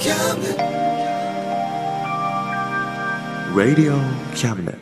Radio Cabinet.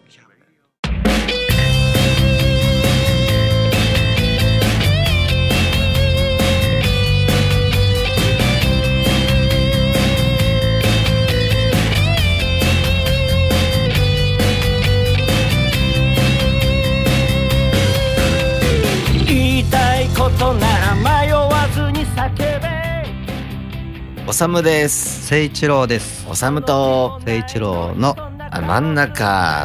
おさむです。 誠一郎です。 おさむと誠一郎の真ん中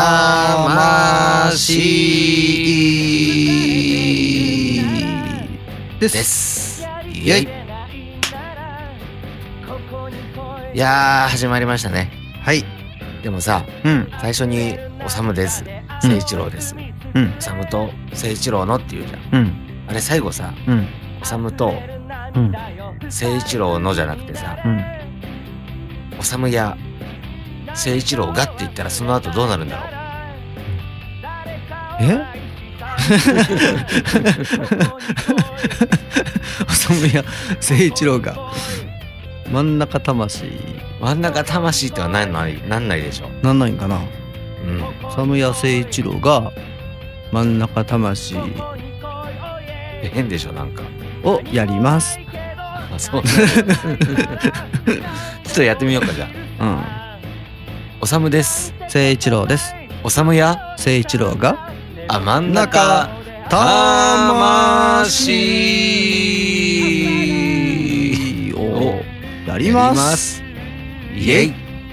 魂です。イエイ。いやー始まりましたね。 はい。 でもさ、最初におさむです、誠一郎です、おさむと誠一郎のっていうじゃん、あれ最後さ、おさむと誠一郎のじゃなくてさ、おさむや誠一郎がって言ったらその後どうなるんだろう。 おさむや誠一郎が真ん中魂ってはなんないでしょ。 なんないんかな。おさむや誠一郎が真ん中魂変でしょなんかをやります。 そうちょっとやってみようかじゃあ。おさむです。 誠一郎です。 おさむや誠一郎が真ん中魂をやります。イエイ。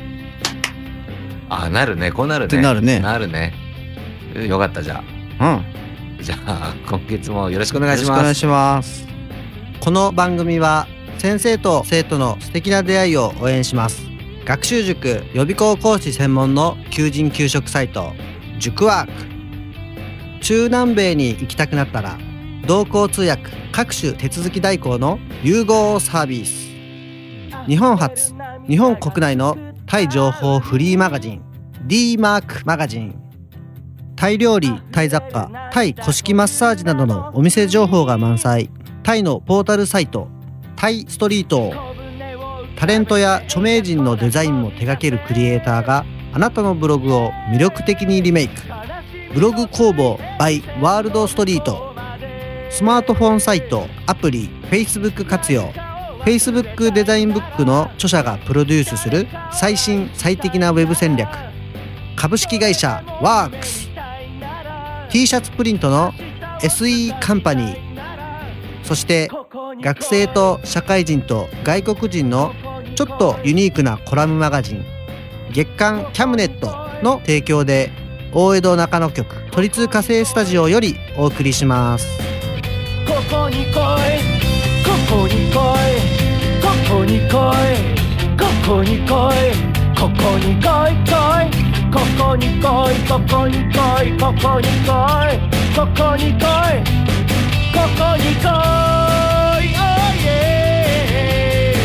なるね。こうなるね。 なるね。 よかったじゃあ。じゃあ今月もよろしくお願いします。 よろしくお願いします。この番組は先生と生徒の素敵な出会いを応援します。学習塾予備校講師専門の求人・求職サイト塾ワーク。中南米に行きたくなったら同行通訳各種手続き代行の融合サービス。日本初日本国内のタイ情報フリーマガジン D マークマガジン。タイ料理、タイ雑貨、タイ古式マッサージなどのお店情報が満載。タイのポータルサイトタイストリート。タレントや著名人のデザインも手掛けるクリエイターがあなたのブログを魅力的にリメイク。ブログ工房 by ワールドストリート。スマートフォンサイト、アプリ、Facebook 活用。Facebook デザインブックの著者がプロデュースする最新最適なウェブ戦略。株式会社ワークス。T シャツプリントの SE カンパニー。そして学生と社会人と外国人のちょっとユニークなコラムマガジン月刊キャムネットの提供で大江戸中野局都立火星スタジオよりお送りします。 ここに来い、ここに来い、ここに来い、ここに来い、ここに来い、ここに来い、ここに来い、ここに来い、ここに来い、ここに来い、oh yeah。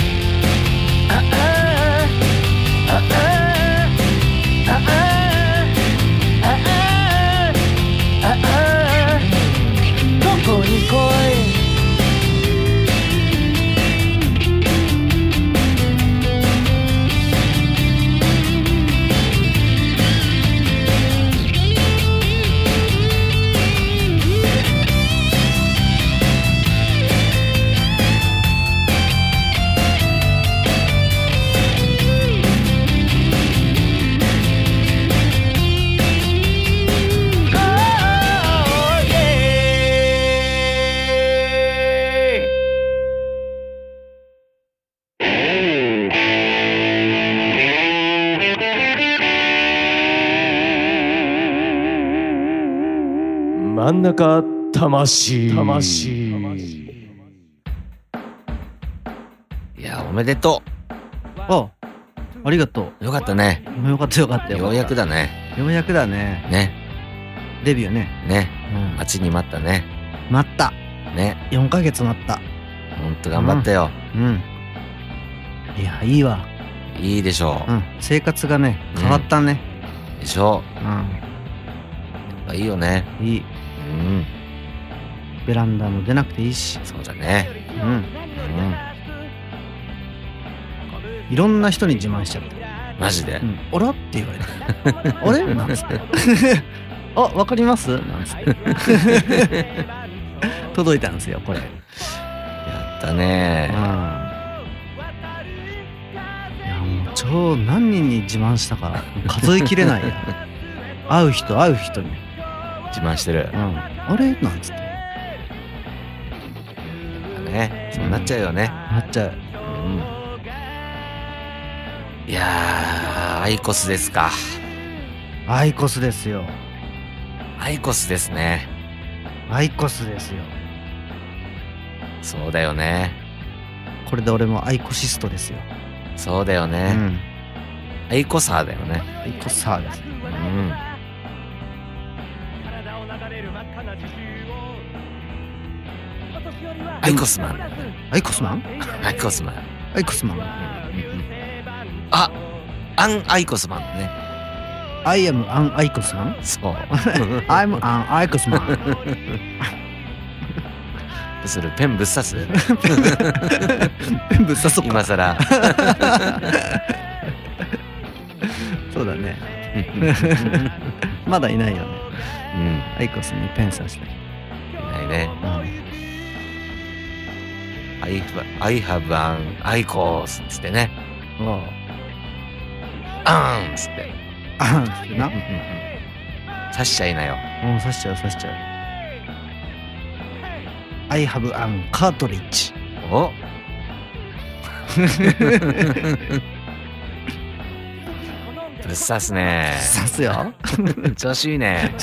ここに来い。真ん中魂。 いやおめでとありがとう。よかったね。 よかったようやくだね。 デビューね。 待ちに待ったね。 待ったね。4ヶ月待った。 ほんと頑張ったよ。 いやいいわ。 いいでしょう。 生活がね変わったね。 でしょ。やっぱいいよね。 いい。ベランダも出なくていいし。 そうだね。 いろんな人に自慢しちゃった。 マジで、 あらって言われてあれなんつってあ、わかりますなんつって届いたんですよこれ。 やったね。 いやもう超何人に自慢したか数えきれないや会う人に自慢してる。 あれなんつってね、そうなっちゃうよね。 なっちゃう。 いやー、アイコスですか。 アイコスですよ。 アイコスですね。 アイコスですよ。 そうだよね。 これで俺もアイコシストですよ。 そうだよね。アイコサーだよね。 アイコサーです。 アイコスマン。 アイコスマン？ アイコスマン。 アイコスマン。 あ、アンアイコスマンね。 I am an アイコスマン？ そう。 I'm an アイコスマン。 どうする？ペンぶっ刺す？ ペンぶっ刺そうか。 今更。 そうだね。まだいないよね。アイコスにペン刺して。 いないね。I have an アイコスつってね。あーんつって。 あーんつってな。 刺しちゃいなよ。 刺しちゃう。I have an cartridge。 おぶっ刺すね。 刺すよ。 調子いいね。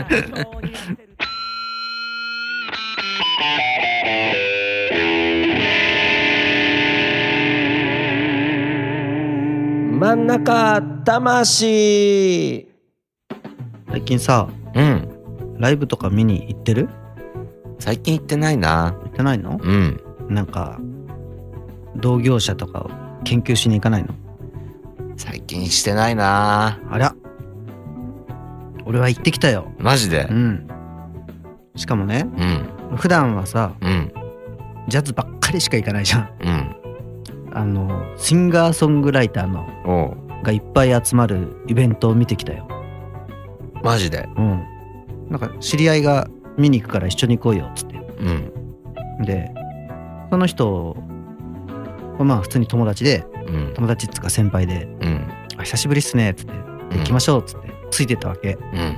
真ん中魂。 最近さ、ライブとか見に行ってる？ 最近行ってないな。 行ってないの？なんか同業者とかを研究しに行かないの？ 最近してないな。 あら、俺は行ってきたよ。 マジで？ しかもね、普段はさ、ジャズばっかりしか行かないじゃん。シンガーソングライターのがいっぱい集まるイベントを見てきたよ。 マジで？ なんか知り合いが見に行くから一緒に行こうよっつって。で、その人はまあ普通に友達で、友達っつうか先輩で、久しぶりっすねっつって、行きましょうっつってついてったわけ。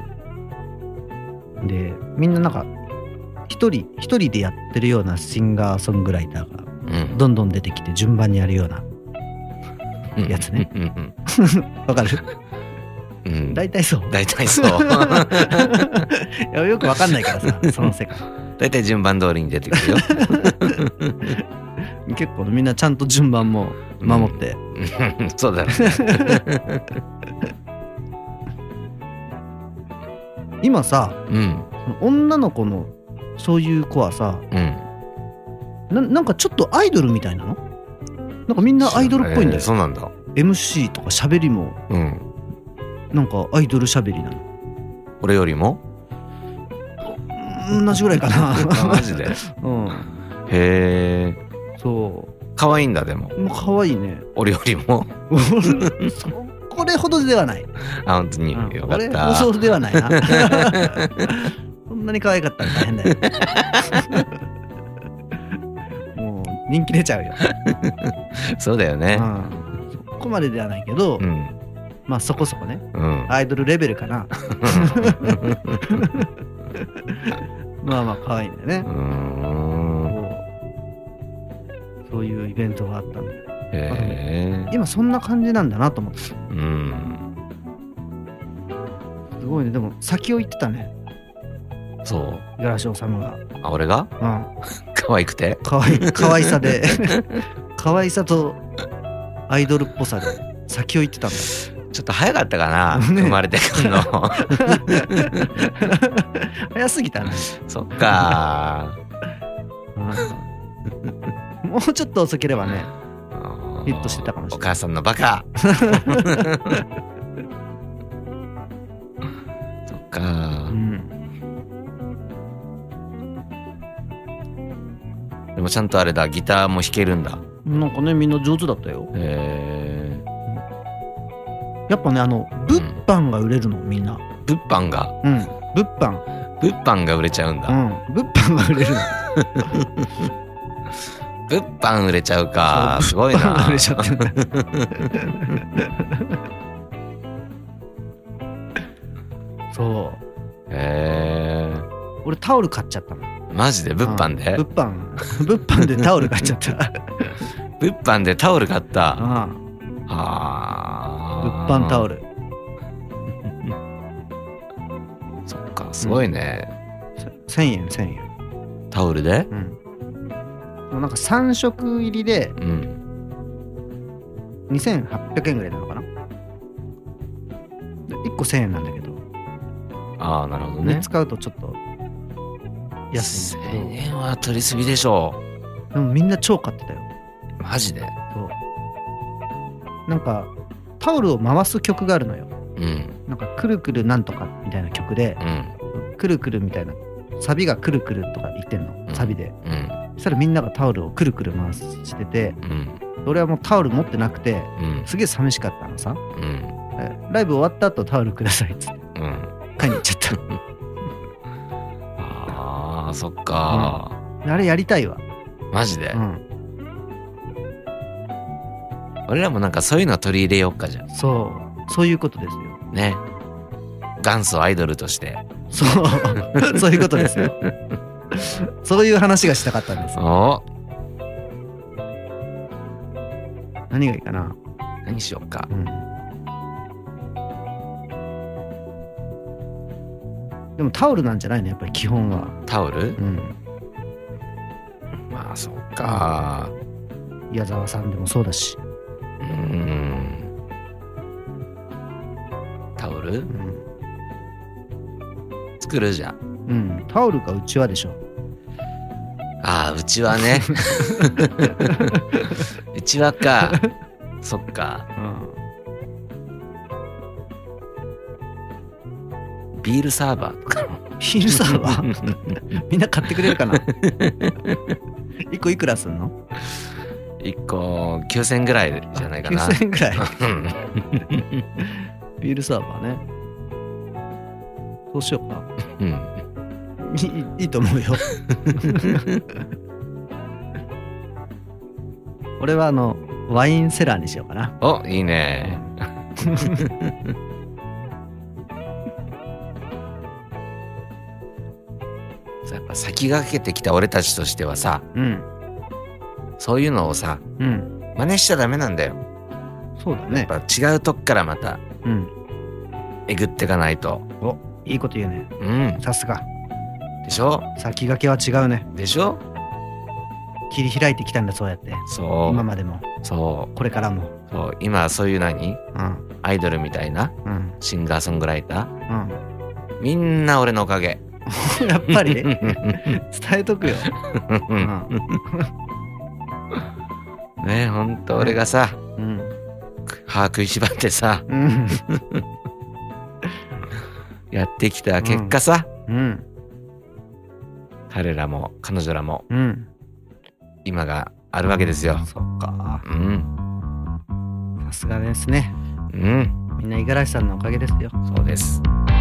で、みんななんか一人でやってるようなシンガーソングライターがどんどん出てきて順番にやるようなやつね。わかる？大体そう。 大体そう。 いやよくわかんないからさ、その世界。 大体順番通りに出てくるよ。 結構みんなちゃんと順番も守って。 そうだね。 今さ、女の子のそういう子はさ、なんかちょっとアイドルみたいなの？なんかみんなアイドルっぽいんだよ。 そうなんだ。 MC とか喋りも、なんかアイドル喋りなの。 俺よりも？ 同じぐらいかな。 マジで？へえ。 そう。 可愛いんだでも。 もう可愛いね。 俺よりも。 これほどではない。 あ、本当によかった。 俺ほどではないな。そんなに可愛かったら大変だよ。もう人気出ちゃうよ。 そうだよね。 そこまでではないけど、まあそこそこね、アイドルレベルかな。まあまあ可愛いんだよね。そういうイベントがあったんだよ。今そんな感じなんだなと思って。すごいね。でも先を言ってたね。 そう。 五十嵐治が。 あ、俺が？可愛くて？可愛さで、可愛さとアイドルっぽさで先を言ってたんだ。 ちょっと早かったかな、生まれてくるの。 早すぎたね。 そっか。 もうちょっと遅ければね、ヒットしてたかもしれない。 お母さんのバカ。そっか。でもちゃんとあれだ、ギターも弾けるんだ。 なんかねみんな上手だったよ。やっぱね物販が売れるのみんな。 物販が。 物販が売れちゃうんだ。 物販が売れるの。 物販売れちゃうか。すごいな。 物販が売れちゃってるんだ。そう。俺タオル買っちゃったの。 マジで物販で？ 物販でタオル買っちゃった。 物販でタオル買った。 物販タオル。 そっか、すごいね。 1000円。 タオルで？ なんか3色入りで2800円ぐらいなのかな。1個1000円なんだけど。 ああ、なるほどね。 使うとちょっと安いんだけど。 1000円は取りすぎでしょう。でもみんな超買ってたよ。 マジで？ そう。なんかタオルを回す曲があるのよ。なんかくるくるなんとかみたいな曲で、くるくるみたいなサビがくるくるとか言ってんの、サビで。そしたらみんながタオルをくるくる回してて、俺はもうタオル持ってなくて、すげえ寂しかったのさ。ライブ終わった後タオルくださいっつって買いに行っちゃった。 あー、そっか、 あれやりたいわ。 マジで？俺らもなんかそういうの取り入れようかじゃん。 そういうことですよね。元祖アイドルとして。 そういうことですよ。そういう話がしたかったんです。何がいいかな。 何しようか。 でもタオルなんじゃないのやっぱり基本は。 タオル？まあそっか。 矢沢さんでもそうだし。 タオル？作るじゃん。 タオルかうちわでしょ。 ああ、うちわね。うちわか。そっか。ビールサーバーとか。 ビールサーバーみんな買ってくれるかな。1個いくらすんの ？1個9000円ぐらいじゃないかな。 9000円ぐらい。ビールサーバーね。そうしようか。いいと思うよ。俺はワインセラーにしようかな。 お、いいね。やっぱ先駆けてきた俺たちとしてはさ、そういうのをさ、真似しちゃダメなんだよ。 そうだね。 やっぱ違うとこからまたえぐってかないと。 お、いいこと言うね。さすが。 でしょ？ 先駆けは違うね。 でしょ？ 切り開いてきたんだ、そうやって。 そう。 今までも。そう。これからも。 そう。今はそういうアイドルみたいなシンガーソングライター。みんな俺のおかげ。 やっぱり伝えとくよ。 ねえ、ほんと俺がさ、歯食いしばってさ、やってきた結果さ、彼らも彼女らも今があるわけですよ。 そっか。さすがですね。みんな五十嵐さんのおかげですよ。 そうです。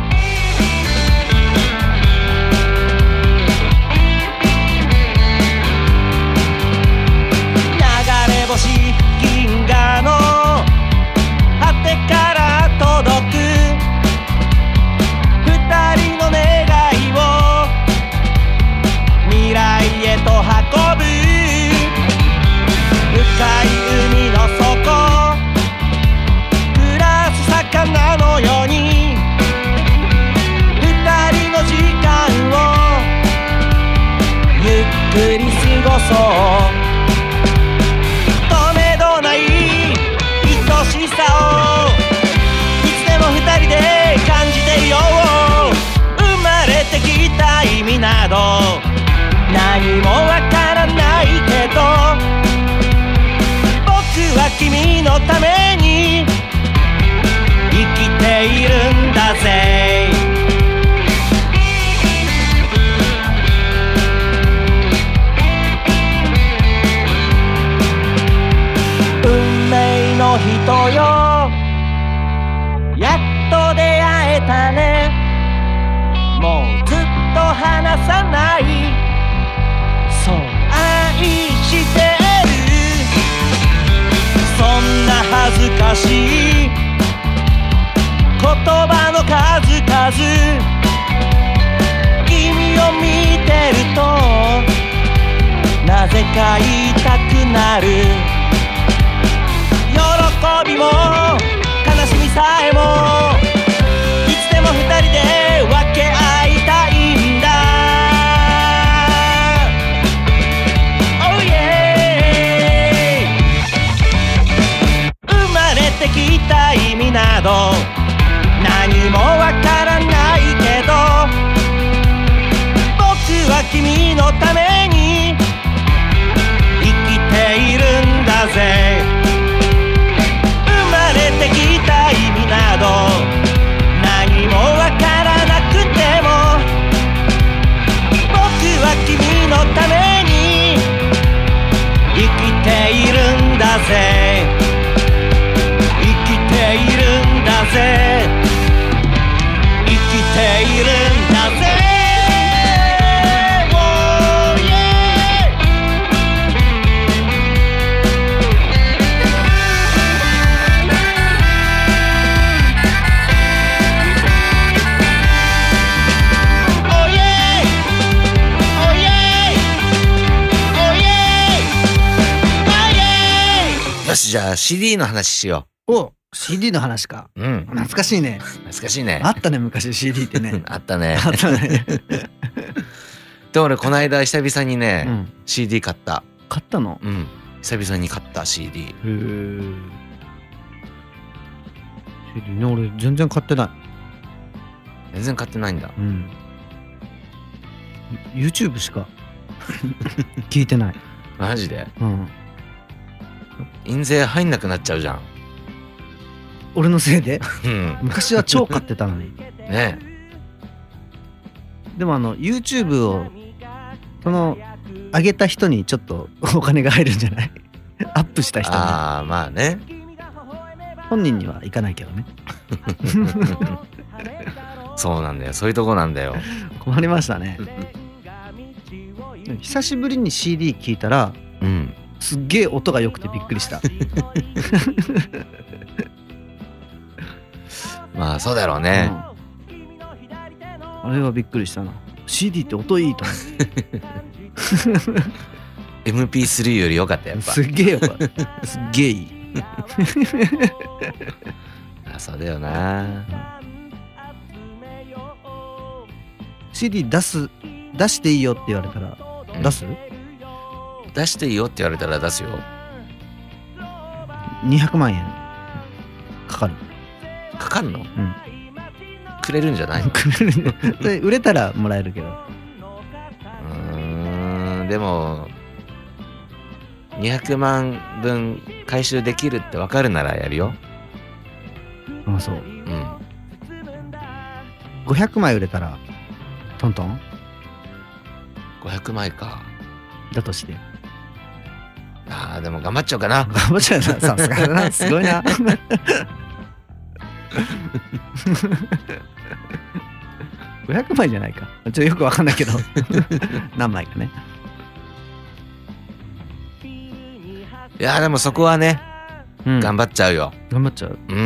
星銀河の果てから届く二人の願いを未来へと運ぶ深い海の底暮らす魚のように二人の時間をゆっくり過ごそう。愛しさをいつでも二人で感じていよう。生まれてきた意味など何もわからないけど僕は君のために生きているんだぜ。 とよやっと出会えたねもうずっと離さないそう愛してるそんな恥ずかしい言葉の数々君を見てるとなぜか言いたくなる喜びも悲しみさえもいつでも二人で分け合いたいんだ Oh yeah 生まれてきた意味など何もわからないけど僕は君のために生きているんだぜ生まれてきた意味など何もわからなくても僕は君のために生きているんだぜ生きているんだぜ生きているんだぜよしじゃあ CD の話しよお CD の話か。 う。うん。 懐かしいね。 懐かしいね。 あったね昔 CD ってね。 あったね。 あったね。 で俺この間久々にね、 うん、 CD 買った。 買ったの？ うん。久々に買った CD。 へえ。CD ね俺全然買ってない。 全然買ってないんだ。 うん。YouTube しか聞いてない。 マジで？ うん。 印税入んなくなっちゃうじゃん。 俺のせいで？ うん。 昔は超買ってたのに。 ね。 でもYouTube をその上げた人にちょっとお金が入るんじゃない？アップした人に。 ああまあね。 本人にはいかないけどね。 そうなんだよ。そういうとこなんだよ。 困りましたね。久しぶりに CD 聴いたら、 うん、 すっげえ音が良くてびっくりした。 まあそうだろうね、 あれはびっくりしたな。 CD って音いいと思って。 MP3 より良かったやっぱ。 すっげえよすっげえいい。 あそうだよな、 CD 出していいよって言われたら出す？ 出していいよって言われたら出すよ。 200万円かかる。 かかんの？ うん。 くれるんじゃない？ くれるね。で売れたらもらえるけど。 でも200万分回収できるって分かるならやるよ。 あ、そう。 うん。 500枚売れたらトントン ？500枚か。 だとして。 ああでも頑張っちゃおうかな。 頑張っちゃうな。さすがだな。すごいな。500枚じゃないか。ちょっとよくわかんないけど。何枚かね。 いやでもそこはね、 うん、 頑張っちゃうよ。 頑張っちゃう。 うん。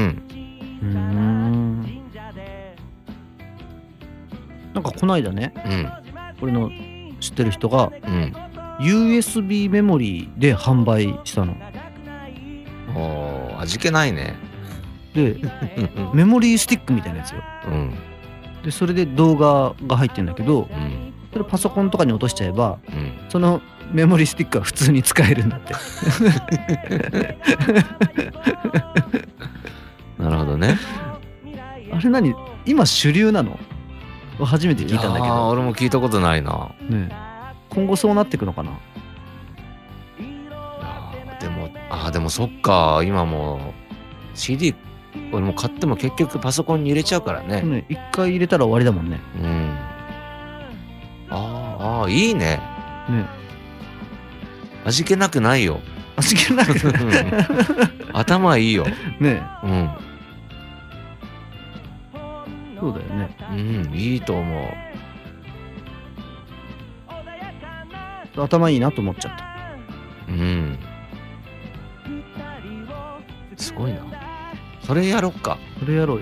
なんかこないだね、 うん、 俺の知ってる人が、 うん、 USB メモリーで販売したの。 おー、味気ないね。 でメモリースティックみたいなやつよ、 うん、でそれで動画が入ってんだけど、 うん、 それパソコンとかに落としちゃえば、 うん、 そのメモリースティックは普通に使えるんだって。 なるほどね。 あれ何今主流なの？初めて聞いたんだけど。 俺も聞いたことないな、 ね、今後そうなってくのかな。 でもそっか。今もう CD 俺も買っても結局パソコンに入れちゃうからね。 一回入れたら終わりだもんね。 うん。いいね。 ね、 味気なくないよ。 足切らなくて頭いいよ。 ねうん。 そうだよね。 うん、いいと思う。 頭いいなと思っちゃった。 うん。すごいな。それやろっか。 それやろうよ。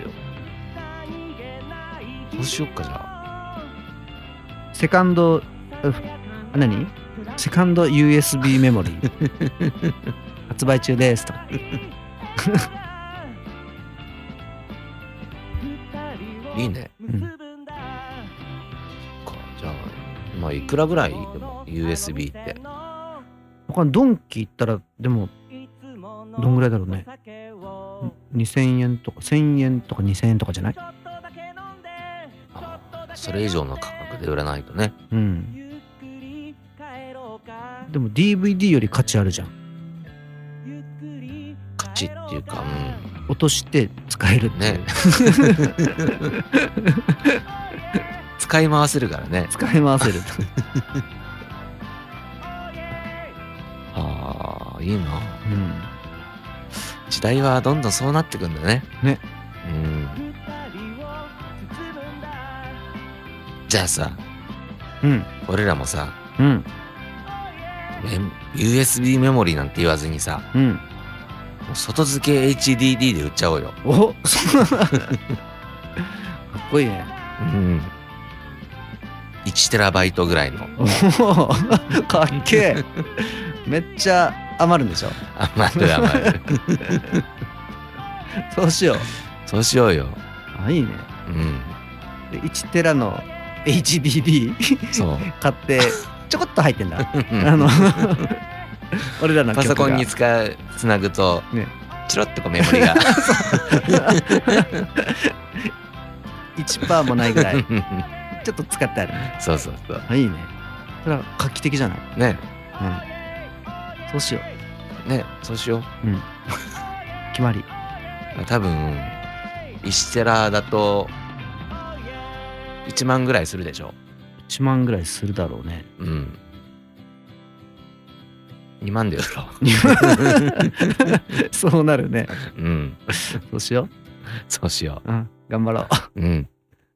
そうしよっか、じゃあ。 セカンド何？セカンド USB メモリー発売中ですとかいいね。 うん。 じゃあまあいくらぐらいでも USB って。 他にドンキ行ったらでもどんぐらいだろうね。2000円とか1000円とか2000円とかじゃない？ それ以上の価格で売らないとね。 うん。でも DVD より価値あるじゃん。 価値っていうか、 落として使えるってね。使い回せるからね。 使い回せるああ、いいな。 うん。 時代はどんどんそうなってくんだね。 ね。 うん。じゃあさ、 うん。 俺らもさ、 うん。 USB メモリーなんて言わずにさ、 うん。 もう外付け HDD で売っちゃおうよ。 おかっこいいね。 うん。1テラバイトぐらいの。 おかっけえ。めっちゃ余るんでしょ。 余る余る。 そうしよう。 そうしようよ。 あ、いいね。 うん。 で1テラの HDD そう買ってちょこっと入ってんだ。俺らの曲がパソコンにつなぐと、 ね、 チロッとこうメモリが 1% もないぐらいちょっと使ってあるね。 そうそうそう。 あ、いいね。それは画期的じゃない？ ね。 うん。そうしよう。ね、そうしよう。 うん。決まり。 多分1テラだと1万ぐらいするでしょ。 1万ぐらいするだろうね。 うん。2万で売ろう。そうなるね。 うん。 そうしよう。 そうしよう。うん。頑張ろう。うん。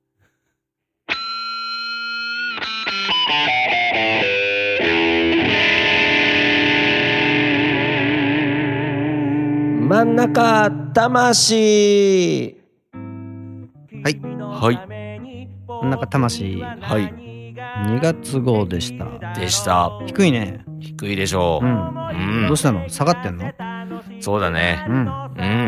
真ん中魂。 はい。 はい。 真ん中魂。 はい。 2月号でした。 でした。 低いね。 低いでしょう。 うん。どうしたの？下がってんの？ そうだね。 うん。うん。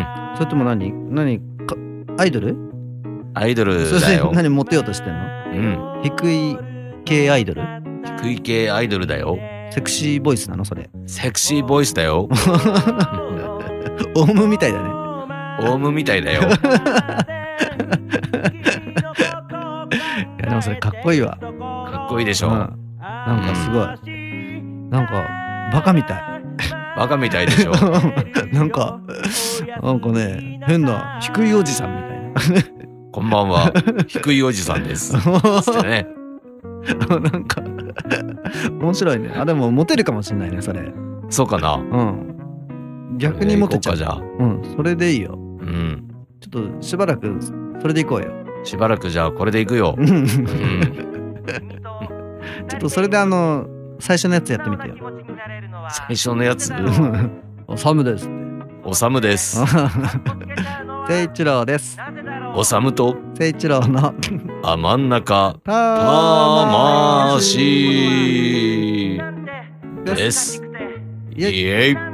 それとも何アイドル？ アイドルだよ。 何モテようとしてんの？ うん。 低い系アイドル？ 低い系アイドルだよ。 セクシーボイスなのそれ？ セクシーボイスだよ。 オウムみたいだね。 オウムみたいだよ。いやでもそれかっこいいわ。 かっこいいでしょ。 なんかすごい。なんかバカみたい。 バカみたいでしょ。 なんかね、変な低いおじさんみたいな。 こんばんは、低いおじさんです。つってね。 なんか面白いね。あ、でもモテるかもしんないねそれ。 そうかな。 うん。逆にモテちゃう。 じゃあ。 うん、それでいいよ。 うん。 ちょっとしばらくそれでいこうよ。 しばらくじゃあこれでいくよ。うん。ちょっとそれで最初のやつやってみてよ。 最初のやつ？ おさむです。 おさむです。 聖一郎です。 おさむと聖一郎の真ん中魂です。イエイ。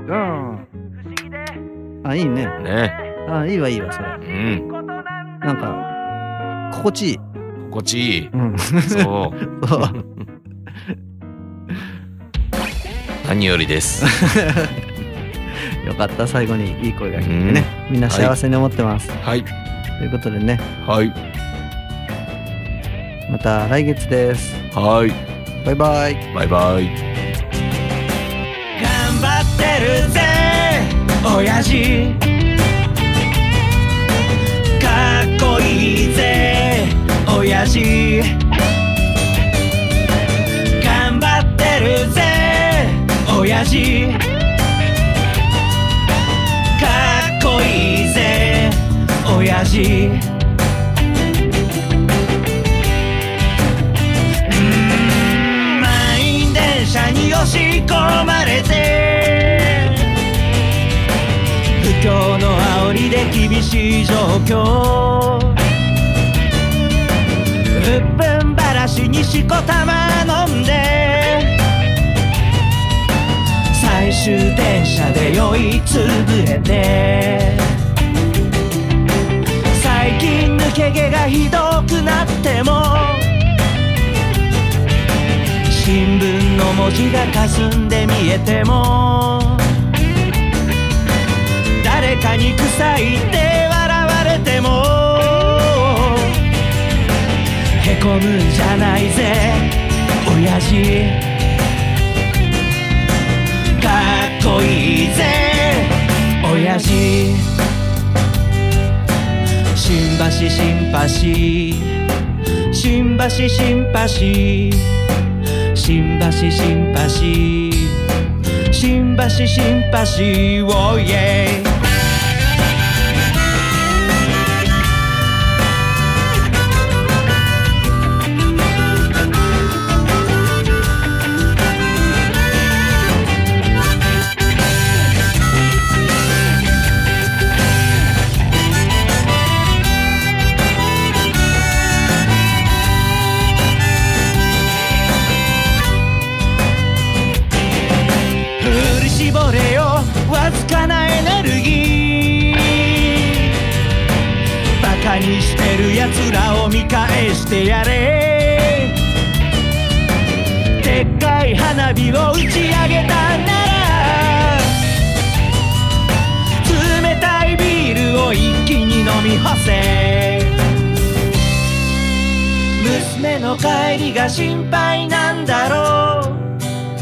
あ、いいね。 ね。 あ、いいわいいわそれ。 うん。 なんか心地いい。 心地いい。 うん。 そう。そう。何よりです。 よかった、最後にいい声が聞いてね、みんな幸せに思ってます。 はい。 ということでね。 はい。 また来月です。 はい。 バイバイ。 バイバイ。 頑張ってるぜ親父、かっこいいぜ親父、頑張ってるぜ親父、 父満員電車に押し込まれて不況の煽りで厳しい状況うっぷんばらしにしこたま飲んで最終電車で酔いつぶれて最近抜け毛がひどくなっても新聞の文字が霞んで見えても誰かに臭いって笑われてもへこむんじゃないぜ親父かっこいいぜ親父新橋新橋新橋新橋新橋新橋新橋新橋おいえ絞れよわずかなエネルギーバカにしてるやつらを見返してやれでっかい花火を打ち上げたなら冷たいビールを一気に飲み干せ娘の帰りが心配なんだろう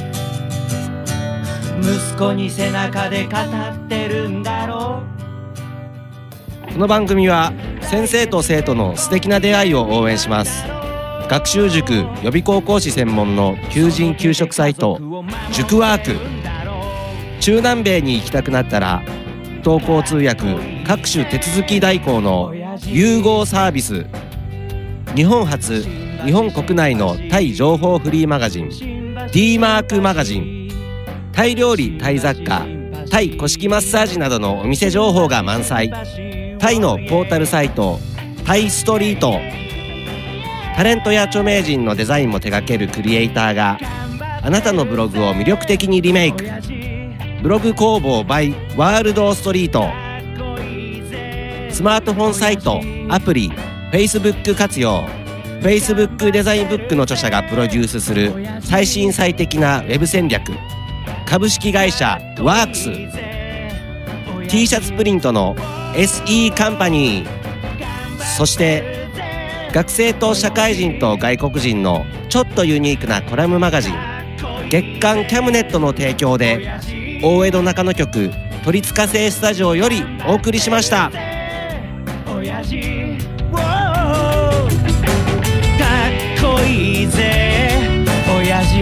息子に背中で語ってるんだろこの番組は先生と生徒の素敵な出会いを応援します。学習塾予備高校師専門の求人・求職サイト塾ワーク。中南米に行きたくなったら同行通訳各種手続き代行の融合サービス。日本初日本国内のタイ情報フリーマガジン D マークマガジン。タイ料理、タイ雑貨、タイ古式マッサージなどのお店情報が満載。タイのポータルサイトタイストリート。タレントや著名人のデザインも手掛けるクリエイターがあなたのブログを魅力的にリメイク。ブログ工房 by ワールドストリート。スマートフォンサイト、アプリ、Facebook 活用。Facebook デザインブックの著者がプロデュースする最新最適なウェブ戦略。株式会社ワークス。 T シャツプリントの SE カンパニー。そして学生と社会人と外国人のちょっとユニークなコラムマガジン月刊キャムネットの提供で大江戸中野局都立火星スタジオよりお送りしました。 親父かっこいいぜ親父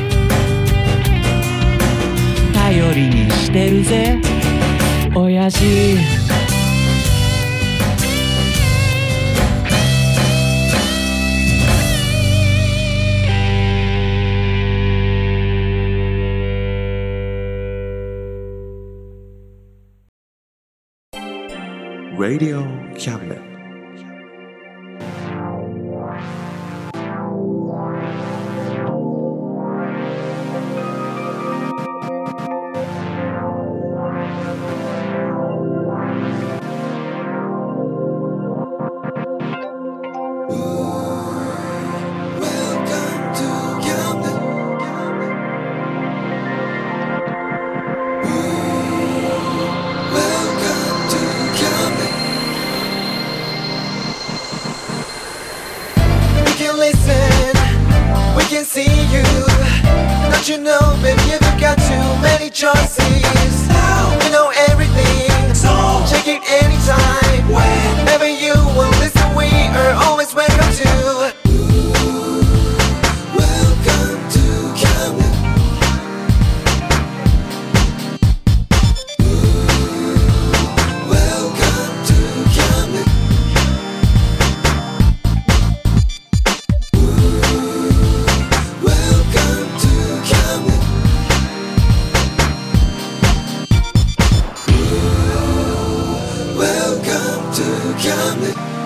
頼りにしてるぜ親父 Radio Cabinet. You know, baby, you've got too many choices. You know everything, so check it anytime. Whenever you will listen, we are always welcome to. Welcome to Camden. Welcome to Camden. Cabinet